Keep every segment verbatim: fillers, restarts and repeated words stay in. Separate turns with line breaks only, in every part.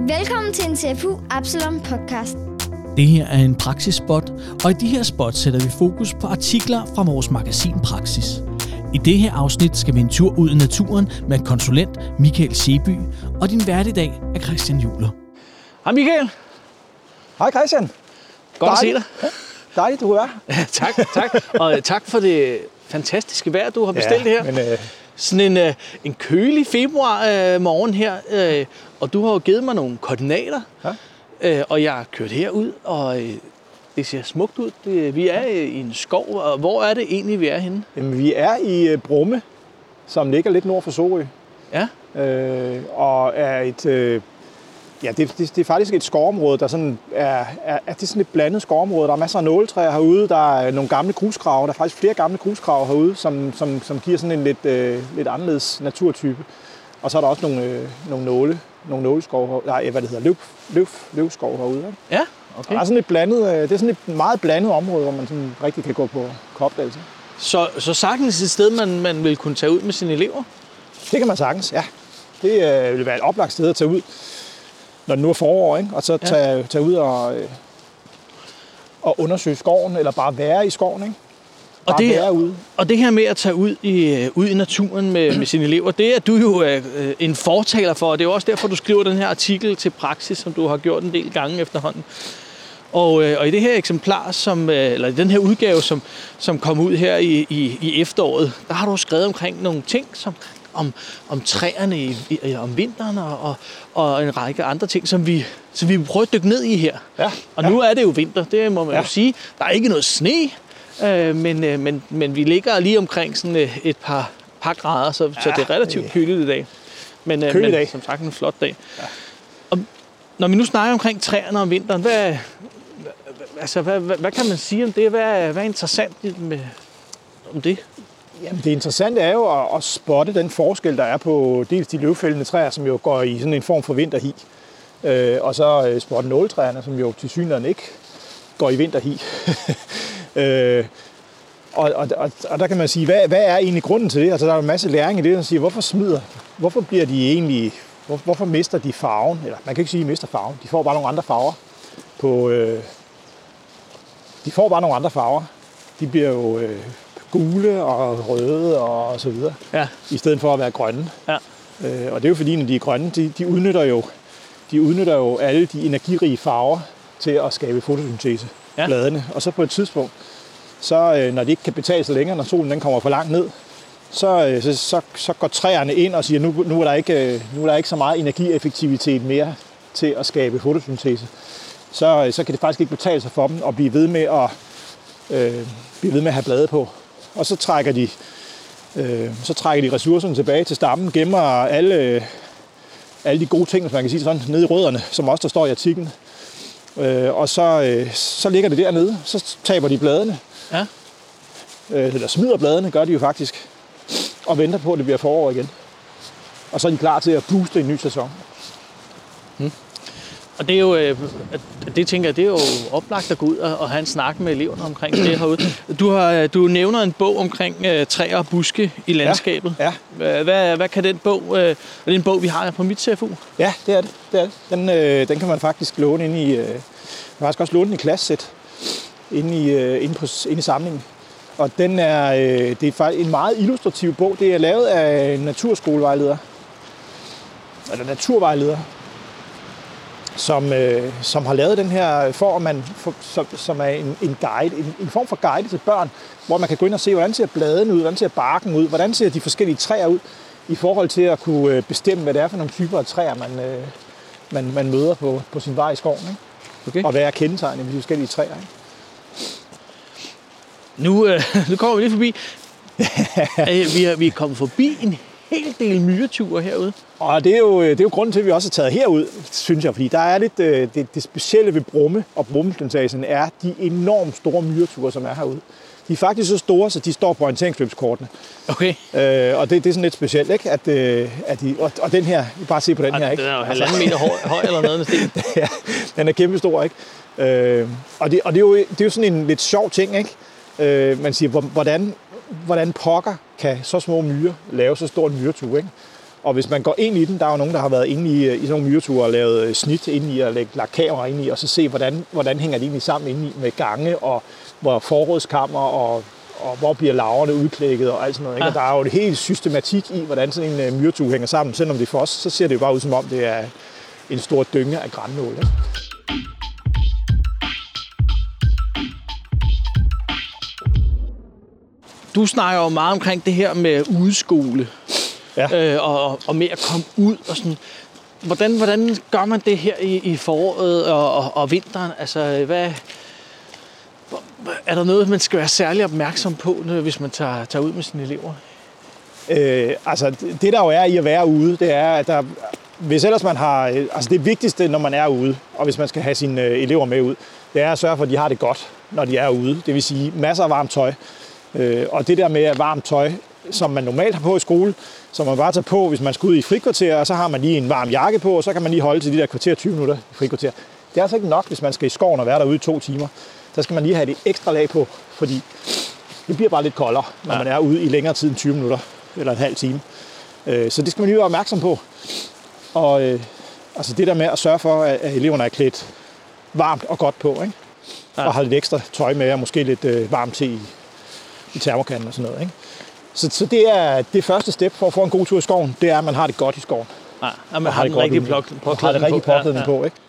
Velkommen til en C F U Absalon podcast.
Det her er en praksisspot, og i de her spots sætter vi fokus på artikler fra vores magasin Praksis. I det her afsnit skal vi en tur ud i naturen med konsulent Michael Seby, og din vært i dag er Christian Juhler.
Hej Michael.
Hej Christian.
Godt at se dig.
Ja, dejligt, du er her.
tak, tak. Og tak for det fantastiske vejr, du har bestilt
ja,
her.
Men, øh...
Sådan en, en kølig februar øh, morgen her, øh, og du har jo givet mig nogle koordinater, ja. øh, og jeg har kørt herud, og øh, det ser smukt ud. Det, vi er i en skov, og hvor er det egentlig, vi er henne?
Jamen, vi er i uh, Brumme, som ligger lidt nord for Sorø.
Ja.
Øh, og er et, øh, ja, det, det, det er faktisk et skovområde, der sådan er, er, er det er sådan et blandet skovområde. Der er masser af nåletræer herude, der er nogle gamle grusgrave, der er faktisk flere gamle grusgrave herude, som, som, som giver sådan en lidt, øh, lidt anderledes naturtype. Og så er der også nogle, øh, nogle nåle, nogle nåleskov, nej, hvad det hedder, løv, løv, løvskov herude. Ikke?
Ja, okay.
Der er sådan et blandet, øh, det er sådan et meget blandet område, hvor man sådan rigtig kan gå på opdagelse.
Så, så sagtens et sted, man, man vil kunne tage ud med sine elever?
Det kan man sagtens, ja. Det øh, vil være et oplagt sted at tage ud, når det nu er forår, ikke? Og så tage, ja. tage ud og, øh, og undersøge skoven, eller bare være i skoven, ikke? Bare
og det,
være ude.
Og det her med at tage ud i, ud i naturen med, med sine elever, det er du jo øh, en fortaler for, og det er også derfor, du skriver den her artikel til Praksis, som du har gjort en del gange efterhånden. Og, øh, og i det her eksemplar, som, øh, eller i den her udgave, som, som kom ud her i, i, i efteråret, der har du skrevet omkring nogle ting, som om, om træerne i, i, om vinteren og, og en række andre ting, som vi, som vi vil prøve at dykke ned i her.
Ja,
og
ja.
nu er det jo vinter, det må man
ja.
jo sige. Der er ikke noget sne, øh, men, øh, men, men vi ligger lige omkring sådan et par, par grader, så, ja, så det er relativt øh, køligt i dag. Men, øh, men
dag.
som sagt en flot dag. Ja. Og når vi nu snakker omkring træerne om vinteren, hvad, altså, hvad, hvad, hvad kan man sige om det? Hvad er, hvad er interessant med, om det?
Jamen, det interessante er jo at, at spotte den forskel, der er på dels de løvfældende træer, som jo går i sådan en form for vinterhi, øh, og så øh, spotte nåletræerne, som jo til synligheden ikke går i vinterhi. øh, og, og, og, og der kan man sige, hvad, hvad er egentlig grunden til det? Altså, der er jo en masse læring i det, der siger, hvorfor smider, hvorfor bliver de egentlig, hvor, hvorfor mister de farven? Eller man kan ikke sige, at de mister farven. De får bare nogle andre farver. På, øh, de får bare nogle andre farver. De bliver jo øh, gule og røde og så videre,
ja.
I stedet for at være grønne.
Ja.
Øh, og det er jo fordi, når de er grønne, de, de, udnytter jo, de udnytter jo alle de energirige farver til at skabe fotosyntese, ja. Bladene. Og så på et tidspunkt, så øh, når de ikke kan betale sig længere, når solen den kommer for langt ned, så, øh, så, så, så går træerne ind og siger, nu, nu, er der ikke, nu er der ikke så meget energieffektivitet mere til at skabe fotosyntese. Så, øh, så kan det faktisk ikke betale sig for dem at blive ved med at, øh, blive ved med at have blade på. Og så trækker de, øh, så trækker de ressourcerne tilbage til stammen, gemmer alle, øh, alle de gode ting, hvis man kan sige sådan, nede i rødderne, som også der står i artiklen. Øh, og så, øh, så ligger det dernede, så taber de bladene.
Ja.
Øh, eller smider bladene, gør de jo faktisk, og venter på, at det bliver forår igen. Og så er de klar til at booste en ny sæson.
Hmm. Og det er jo, øh, det tænker jeg, det er jo oplagt at gå ud og, og have en snak med eleverne omkring det herude. Du, har, du nævner en bog omkring øh, træer og buske i landskabet.
Ja, ja.
Hvad, hvad kan den bog, øh, er det en bog, vi har på mit C F U?
Ja, det er det. det, er det. Den, øh, den kan man faktisk låne inde i, øh, man kan faktisk også låne den i klassesæt inde i, øh, inde på, inde i samlingen. Og den er, øh, det er faktisk en meget illustrativ bog. Det er lavet af naturskolevejledere, eller naturvejledere, som, øh, som har lavet den her for, man, for, som, som er en, en guide, en, en form for guide til børn, hvor man kan gå ind og se, hvordan ser bladene ud, hvordan ser barken ud, hvordan ser de forskellige træer ud, i forhold til at kunne bestemme, hvad det er for nogle typer af træer, man, øh, man, man møder på, på sin vej i skoven. Ikke?
Okay.
Og hvad er kendetegnet ved de forskellige træer. Ikke?
Nu, øh, nu kommer vi lige forbi. vi, er, vi er kommet forbi en hel del myreture herude.
Og det er, jo, det er jo grunden til, at vi også er taget herud, synes jeg, fordi der er lidt, det, det specielle ved Brumme og Brummeplantagen er de enormt store myreture, som er herude. De er faktisk så store, så de står på orienteringsløbskortene.
Okay.
Øh, og det, det er sådan lidt specielt, ikke? At, at de, og, og den her, bare se på den
og
her, ikke?
Den er jo halvanden meter høj, høj eller noget med sten.
Ja, den er kæmpe stor, ikke? Øh, og det, og det, er jo, det er jo sådan en lidt sjov ting, ikke? Øh, man siger, hvordan, hvordan pokker kan så små myrer lave så stor en myretue, ikke? Og hvis man går ind i den, der er jo nogen, der har været inde i, i sådan nogle myreture og lavet snit ind i og lægge lagt kamera ind i, og så se, hvordan, hvordan hænger de egentlig sammen inde i med gange, og hvor forrådskammer, og, og hvor bliver laverne udklækket og alt sådan noget. Ikke? Ja. Og der er jo et helt systematik i, hvordan sådan en uh, myretue hænger sammen. Selvom det er for os, så ser det jo bare ud som om, det er en stor dynge af grannål. Ikke?
Du snakker jo meget omkring det her med udskole, ja. øh, og, og med at komme ud og sådan. Hvordan, hvordan gør man det her i, i foråret og, og, og vinteren? Altså, hvad, er der noget, man skal være særlig opmærksom på, hvis man tager, tager ud med sine elever?
Øh, altså, det der jo er i at være ude, det er, at der, hvis ellers man har, altså det vigtigste, når man er ude, og hvis man skal have sine elever med ud, det er at sørge for, at de har det godt, når de er ude. Det vil sige masser af varmt tøj. Øh, og det der med varmt tøj, som man normalt har på i skole, som man bare tager på, hvis man skal ud i frikvarter, og så har man lige en varm jakke på, og så kan man lige holde til de der kvarter tyve minutter i frikvarter. Det er altså ikke nok, hvis man skal i skoven og være derude i to timer. Så skal man lige have det ekstra lag på, fordi det bliver bare lidt koldere, når ja. man er ude i længere tid end tyve minutter eller en halv time. Øh, så det skal man lige være opmærksom på. Og øh, altså det der med at sørge for, at eleverne er klædt varmt og godt på, ikke? Ja. Og har lidt ekstra tøj med, og måske lidt øh, varmt te i, i termokanden og sådan noget. Ikke? Så, så det er det første step for at få en god tur i skoven, det er, at man har det godt i skoven.
Ja, at man har, har, det rigtig påklædning på.
Har det rigtig påklædning på, ikke?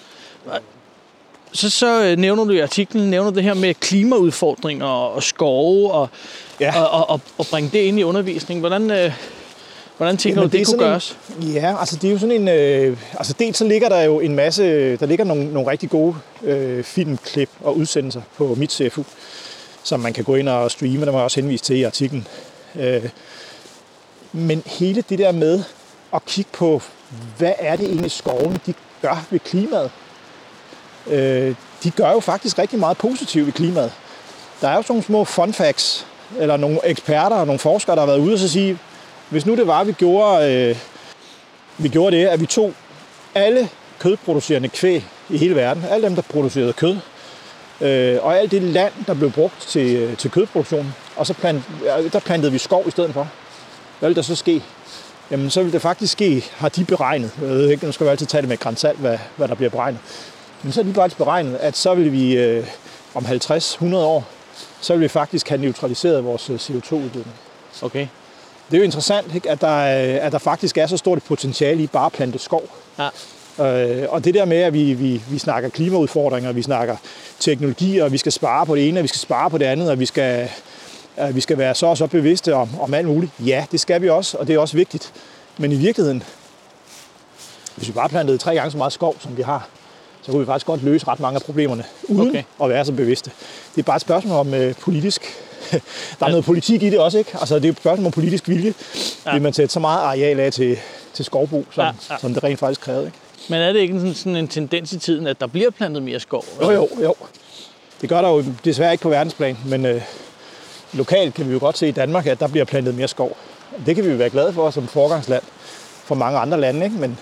Så, så nævner du i artiklen, nævner det her med klimaudfordringer og skove, og, ja. og, og, og, og bringe det ind i undervisningen. Hvordan, øh, hvordan tænker Jamen, du, det, det kunne gøres?
En, ja, altså det er jo sådan en... Øh, altså dels så ligger der jo en masse... Der ligger nogle, nogle rigtig gode øh, filmklip og udsendelser på mit C F U, som man kan gå ind og streame, der må jeg også henvise til i artiklen. Øh, men hele det der med at kigge på, hvad er det egentlig skovene, de gør ved klimaet? Øh, de gør jo faktisk rigtig meget positivt ved klimaet. Der er jo sådan nogle små fun facts, eller nogle eksperter og nogle forskere, der har været ude og så sige, hvis nu det var, at vi gjorde, øh, vi gjorde det, at vi tog alle kødproducerende kvæg i hele verden, alle dem, der producerede kød, øh, og alt det land, der blev brugt til, til kødproduktion, og så plant, der plantede vi skov i stedet for. Hvad vil der så ske? Jamen, så vil det faktisk ske, har de beregnet, jeg ved ikke, nu skal vi altid tage det med et gran salt, hvad, hvad der bliver beregnet, men så har de faktisk beregnet, at så vil vi øh, om halvtreds til hundrede år, så vil vi faktisk have neutraliseret vores C O to udledning.
Okay.
Det er jo interessant, ikke? At, der, at der faktisk er så stort et potentiale i bare at plante skov. Ja. Øh, og det der med, at vi, vi, vi snakker klimaudfordringer, vi snakker teknologi, og vi skal spare på det ene, og vi skal spare på det andet, og vi skal, at vi skal være så og så bevidste om, om alt muligt. Ja, det skal vi også, og det er også vigtigt. Men i virkeligheden, hvis vi bare plantede tre gange så meget skov, som vi har, så kunne vi faktisk godt løse ret mange af problemerne, uden okay. at være så bevidste. Det er bare et spørgsmål om øh, politisk. Der er ja. noget politik i det også, ikke? Altså, det er et spørgsmål om politisk vilje. Ja. Vil man sætte så meget areal af til, til skovbrug, som, ja, ja. som det rent faktisk krævede, ikke?
Men er det ikke sådan, sådan en tendens i tiden, at der bliver plantet mere skov?
Jo, jo, jo. Det gør der jo desværre ikke på verdensplan, men øh, lokalt kan vi jo godt se i Danmark, at der bliver plantet mere skov. Det kan vi jo være glade for som forgangsland for mange andre lande, ikke? Men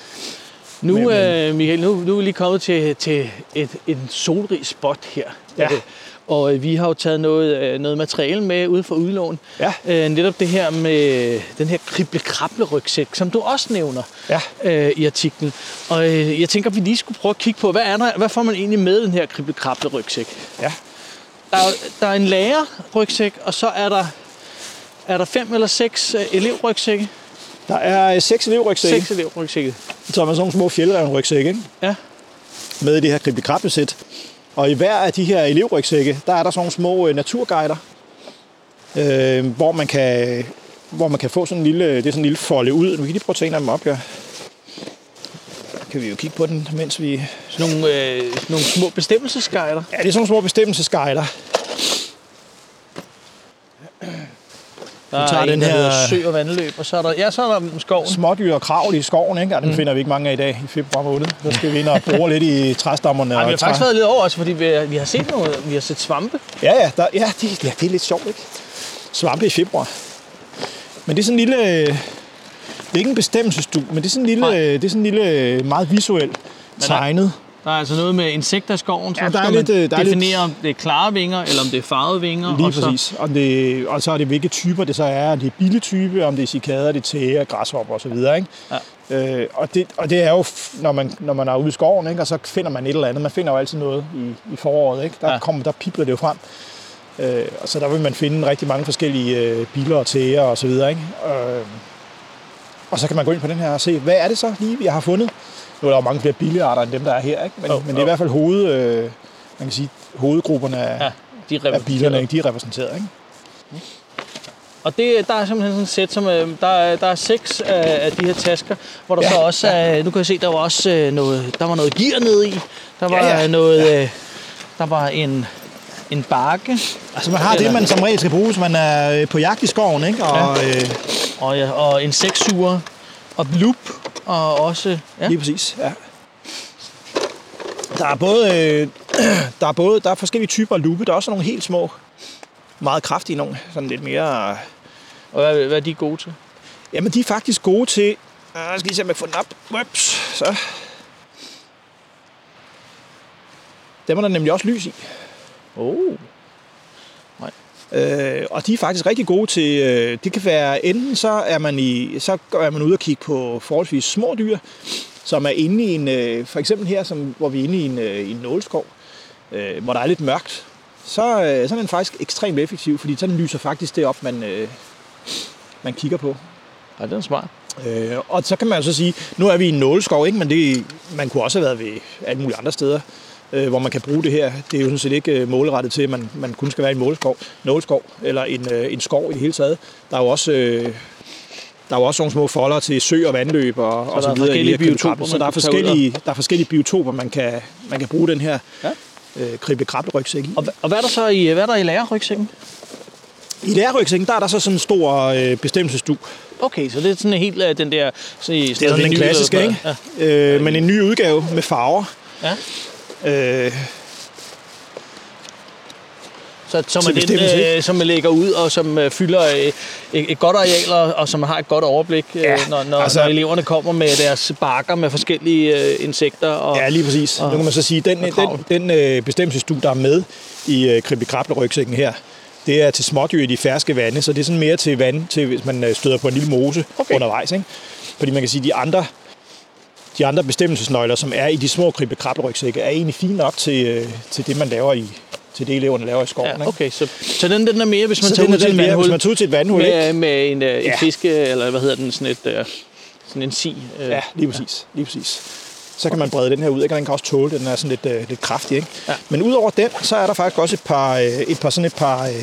Nu, men, øh, Michael, nu, nu er vi lige kommet til, til et, et solrig spot her.
Ja.
Og vi har jo taget noget, noget materiale med ude for udlån.
Ja.
Øh, netop det her med den her krible-krable-rygsæk, som du også nævner
ja.
øh, i artiklen. Og øh, jeg tænker, at vi lige skulle prøve at kigge på, hvad, er der, hvad får man egentlig med den her krible-krable-rygsæk?
Ja.
Der, der er en lærer-rygsæk, og så er der, er der fem eller seks elev-rygsække.
Der er seks elevrygsække.
Seks elevrygsække.
Så er man sådan nogle små fjeldrevne-rygsække, ikke?
Ja.
Med det her krible-krable-sæt. Og i hver af de her elevrygsække, der er der sådan nogle små øh, naturguider, øh, hvor, man kan, hvor man kan få sådan en lille, det er sådan en lille folde ud. Nu kan lige prøve at tage en af dem op her. Kan vi jo kigge på den, mens vi...
Sådan nogle, øh, nogle små bestemmelsesguider?
Ja, det er sådan nogle små bestemmelsesguider.
Der er en, den her... der hedder sø og vandløb, og så er der, ja, så er der skoven.
Smådyr og kravl i skoven, ikke? Ja, den mm. finder vi ikke mange af i dag i februar måned. Så skal vi ind og bore lidt i træstammerne.
Nej, vi har faktisk været lidt over os, fordi vi, vi har set noget, vi har set svampe.
Ja, ja, der, ja, de, ja, det er lidt sjovt, ikke? Svampe i februar. Men det er sådan en lille... Det er ikke en bestemmelsesstue, men det er sådan en lille, det er sådan en lille meget visuelt tegnet
Der er altså noget med insekter i skoven, så
ja, der
skal
er
man
lidt, der
definere,
er lidt...
om det er klare vinger, eller om det er farvede vinger.
Lige
og
præcis.
Så...
Og, det, og så er det, hvilke typer det så er. Om det er billetype, om det er cikader, det er tæger, græshopper osv. Ikke? Ja. Øh, og, det, og det er jo, når man, når man er ude i skoven, ikke? Og så finder man et eller andet. Man finder jo altid noget i, i foråret. Ikke? Der, ja. kommer, der pipler det jo frem. Øh, og så der vil man finde rigtig mange forskellige øh, biller og tæger og så videre. Ikke? Øh, og så kan man gå ind på den her og se, hvad er det så lige, jeg har fundet? Nu er der jo mange flere billearter end dem, der er her, ikke? Men, oh, men det er oh. i hvert fald hoved, øh, man kan sige, hovedgrupperne af, ja, de af billerne, ikke? De er repræsenteret. Ikke? Mm.
Og det, der er simpelthen sådan et sæt, som der er, der er seks af, af de her tasker, hvor der ja, så også er, nu kan jeg se, der var også noget, der var noget gear nede i, der var ja, ja. noget, ja. der var en en bakke.
Altså man har eller, det, man som regel skal bruge, hvis man er på jagt i skoven, ikke? Og,
ja. øh, og, ja, og insektsuger og lup og også... Ja.
Lige præcis, ja. Der er både, øh, der er både der er forskellige typer af lupe. Der er også nogle helt små, meget kraftige nogle, sådan lidt mere...
Og hvad, hvad er de gode til?
Jamen, de er faktisk gode til... Jeg skal lige se, om jeg kan få den op. Ups, så. Dem er der nemlig også lys i.
Oh. Nej.
Øh, og de er faktisk rigtig gode til... Øh, det kan være, enten så er man, i, så er man ude og kigge på forholdsvis små dyr, som er inde i en... Øh, for eksempel her, som, hvor vi er inde i en, øh, i en nåleskov, øh, hvor der er lidt mørkt. Så, øh, så er den faktisk ekstremt effektiv, fordi så den lyser faktisk det op, man, øh, man kigger på.
Ja, det er smart.
Øh, og så kan man jo så sige, nu er vi i en nåleskov, ikke? Men det, man kunne også have været ved alle mulige andre steder, øh, hvor man kan bruge det her. Det er jo sådan set ikke øh, målrettet til, at man, man kun skal være i en nåleskov, nåleskov eller en, øh, en skov i det hele taget. Der er jo også... Øh, Der er jo også nogle små folder til sø og vandløb og så, og så videre.
Forskellige biotoper,
så der er forskellige, der er forskellige biotoper, man kan, man kan bruge den her ja. øh, krible-krable-rygsæk i.
Og, og hvad er der så i, hvad er der i lærerrygsækken?
I lærerrygsækken, der er der så sådan en stor øh, bestemmelsesstue.
Okay, så det er sådan helt øh, den der... Så i,
det er sådan den klassiske, ikke? Ja. Øh, men en ny udgave med farver. Ja. Øh,
Så, som, er den, øh, som man lægger ud, og som øh, fylder øh, et, et godt areal, og, og som har et godt overblik, øh, ja, når, når, altså, når eleverne kommer med deres bakker med forskellige øh, insekter. Og,
ja, lige præcis. Og, nu kan man så sige, den, den, den øh, bestemmelsesstue, der er med i øh, krible-krable-rygsækken her, det er til smådyr i de ferske vande, så det er sådan mere til vand, til hvis man støder på en lille mose okay. undervejs. Ikke? Fordi man kan sige, at de andre, de andre bestemmelsesnøgler, som er i de små krible-krable-rygsække, er egentlig fine nok til, øh, til det, man laver i til det, eleverne laver i skoven.
Ja, okay, så, så den, den er mere, hvis man
så
tager ud til et vandhul,
hvis man tager ud til et vandhul
med, med en, ja. en fiske, eller hvad hedder den, sådan, et, uh, sådan en si. Uh,
ja, lige præcis. Ja. Lige præcis. Så kan man brede den her ud, ikke? Den kan også tåle det, den er sådan lidt, uh, lidt kraftig. Ikke? Ja. Men udover den, så er der faktisk også et par, uh, et par, sådan et par, uh,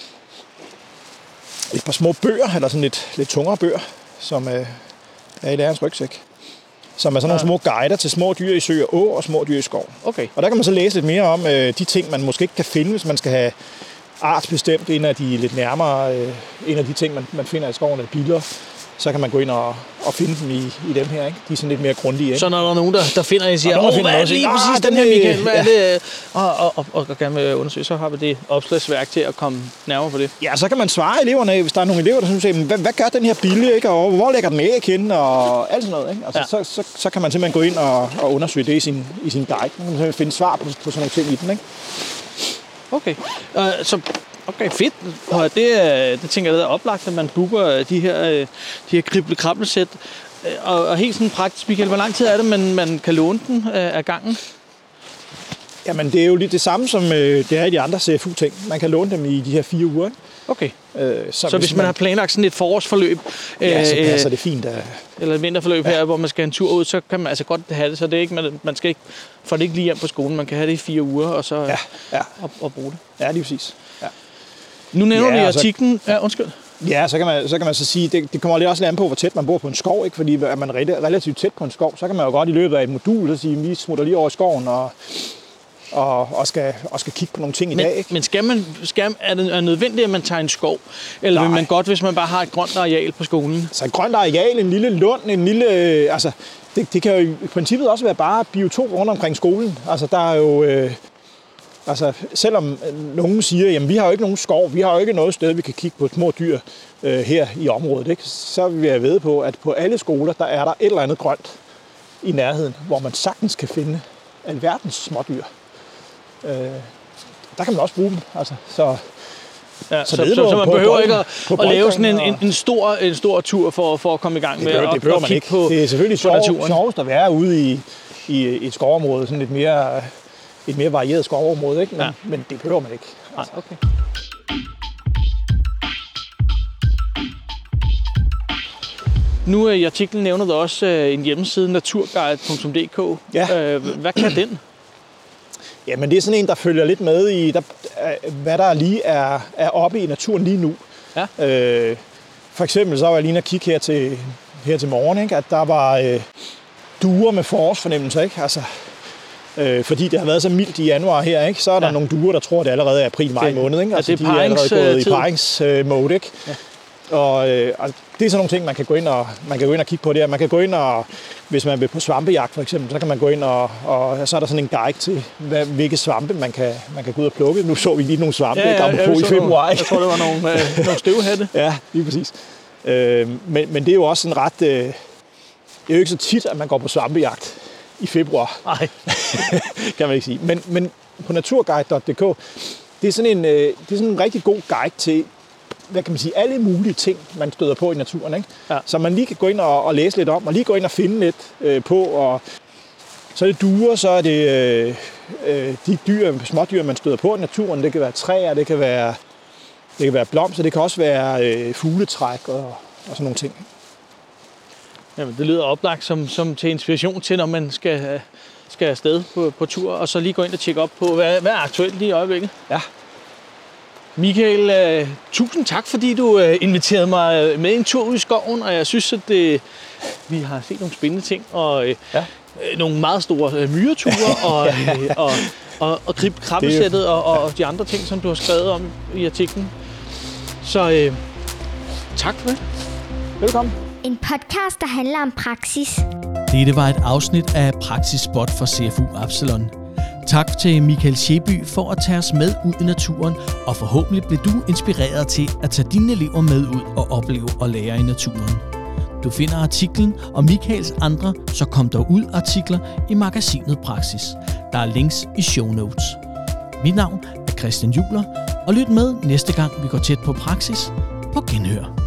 et par små bøger, eller sådan lidt, lidt tungere bøger, som uh, er i lærerens rygsæk. Som er sådan nogle små guider til små dyr i sø og å og små dyr i skov.
Okay.
Og der kan man så læse lidt mere om øh, de ting, man måske ikke kan finde, hvis man skal have artsbestemt en af de lidt nærmere, øh, en af de ting, man, man finder i skoven, eller biller. Så kan man gå ind og, og finde dem i, i dem her, ikke? De er sådan lidt mere grundige, ikke?
Så når der er nogen, der, der finder, og siger, åh, hvad er det lige præcis den her, Michael? Hvad er det? Og, og, og, og, og gerne vil undersøge, så har vi det opslagsværk til at komme nærmere på det.
Ja, så kan man svare eleverne af, hvis der er nogle elever, der synes, hvad, hvad gør den her bille, ikke? Og hvor lægger den æg henne, og alt sådan noget, ikke? Altså, ja. så, så, så kan man simpelthen gå ind og, og undersøge det i sin, i sin guide. Man kan finde svar på, på sådan nogle ting i den, ikke?
Okay, uh, så... Okay, fedt. Og det, det tænker jeg, det er oplagt, at man booker de her, de her krible-krable-sæt. Og, og helt sådan praktisk, Michael, hvor lang tid er det, man, man kan låne den af gangen?
Jamen, det er jo lidt det samme, som det er i de andre C F U-ting. Man kan låne dem i de her fire uger.
Okay. Øh, så, så hvis, hvis man, man har planlagt sådan et forårsforløb...
Ja, øh, så passer det fint. At...
Eller et vinterforløb ja. her, hvor man skal en tur ud, så kan man altså godt have det. Så det er ikke, man, man skal ikke få det ikke lige hjem på skolen. Man kan have det i fire uger, og så
ja, ja.
Og, og bruge det.
Ja, lige præcis. Ja.
Nu nævner vi ja, artiklen... Ja, undskyld.
Ja, så kan man, så kan man så sige, det, det kommer lidt også lidt an på, hvor tæt man bor på en skov, ikke? Fordi er man relativt tæt på en skov, så kan man jo godt i løbet af et modul så sige, vi smutter lige over skoven og, og, og, skal, og skal kigge på nogle ting i
men,
dag. Ikke?
Men skal man, skal, er det er nødvendigt, at man tager en skov? Eller Nej. vil man godt, hvis man bare har et grønt areal på skolen?
Så et grønt areal, en lille lund, en lille... Altså, det, det kan jo i princippet også være bare biotop rundt omkring skolen. Altså, der er jo... Øh, Altså, selvom nogen siger, jamen vi har jo ikke nogen skov, vi har jo ikke noget sted, vi kan kigge på små dyr øh, her i området, ikke? Så vil jeg vide på, at på alle skoler, der er der et eller andet grønt i nærheden, hvor man sagtens kan finde alverdens smådyr. Øh, der kan man også bruge dem. Altså, så
Ja, så, så, så, så man behøver ikke at, at lave sådan en, en, en, stor, en stor tur for, for at komme i gang med
det behøver,
at,
det
at kigge på.
Det er selvfølgelig sjov, sjovest at være ude i, i et skovområde, sådan et mere, et mere varieret skovområde, ikke? Men, ja. men det behøver man ikke. Altså.
Nej, okay. Nu i artiklen nævner du også en hjemmeside, naturguide punktum d k.
Ja.
Hvad kan den?
Jamen det er sådan en, der følger lidt med i, der, hvad der lige er, er oppe i naturen lige nu.
Ja.
Øh, for eksempel så var jeg lige at kigge her til, her til morgen, ikke? At der var øh, duer med forårsfornemmelse, ikke? Altså, øh, fordi det har været så mildt i januar her, ikke? Så er der ja. nogle duer, der tror, at det allerede er april-maj måned. Ikke? Altså,
ja, det
er
de er
allerede gået
tid.
i paringsmode, ikke? Ja. Og, øh, og det er sådan nogle ting, man kan gå ind og, man kan gå ind og kigge på der. Man kan gå ind og, hvis man vil på svampejagt for eksempel, så kan man gå ind og, og så er der sådan en guide til, hvad, hvilke svampe man kan, man kan gå ud og plukke. Nu så vi lige nogle svampe,
ja, ja,
der var på i februar.
Jeg tror, det var nogle, øh, nogle støvhatte.
Ja, lige præcis. Øh, men, men det er jo også sådan ret... Øh, det er jo ikke så tit, at man går på svampejagt i februar.
Nej.
Kan man ikke sige. Men, men på naturguide punktum d k, det er sådan en, øh, det er sådan en rigtig god guide til, hvad kan man sige, alle mulige ting, man støder på i naturen, ikke? Ja. Så man lige kan gå ind og, og læse lidt om, og lige gå ind og finde lidt øh, på, og så er det duer, så er det øh, øh, de dyr, smådyr, man støder på i naturen. Det kan være træer, det kan være, det kan være blomster, det kan også være øh, fugletræk og, og sådan nogle ting.
Jamen, det lyder oplagt som, som til inspiration til, når man skal, skal afsted på, på tur, og så lige gå ind og tjekke op på, hvad, hvad er aktuelt lige i øjeblikket.
Ja.
Michael, øh, tusind tak, fordi du øh, inviterede mig med en tur ud i skoven, og jeg synes, at øh, vi har set nogle spændende ting, og øh, ja. øh, nogle meget store øh, myreture, og, øh, og, og, og grib krabbesættet, og, og de andre ting, som du har skrevet om i artiklen. Så øh, tak for det.
Velkommen.
En podcast, der handler om praksis.
Dette var et afsnit af Praksisspot for C F U Absalon. Tak til Michael Sæby for at tage os med ud i naturen, og forhåbentlig bliver du inspireret til at tage dine elever med ud og opleve og lære i naturen. Du finder artiklen og Michaels andre Så kom der ud artikler i magasinet Praksis. Der er links i show notes. Mit navn er Christian Juhler, og lyt med næste gang vi går tæt på praksis på genhør.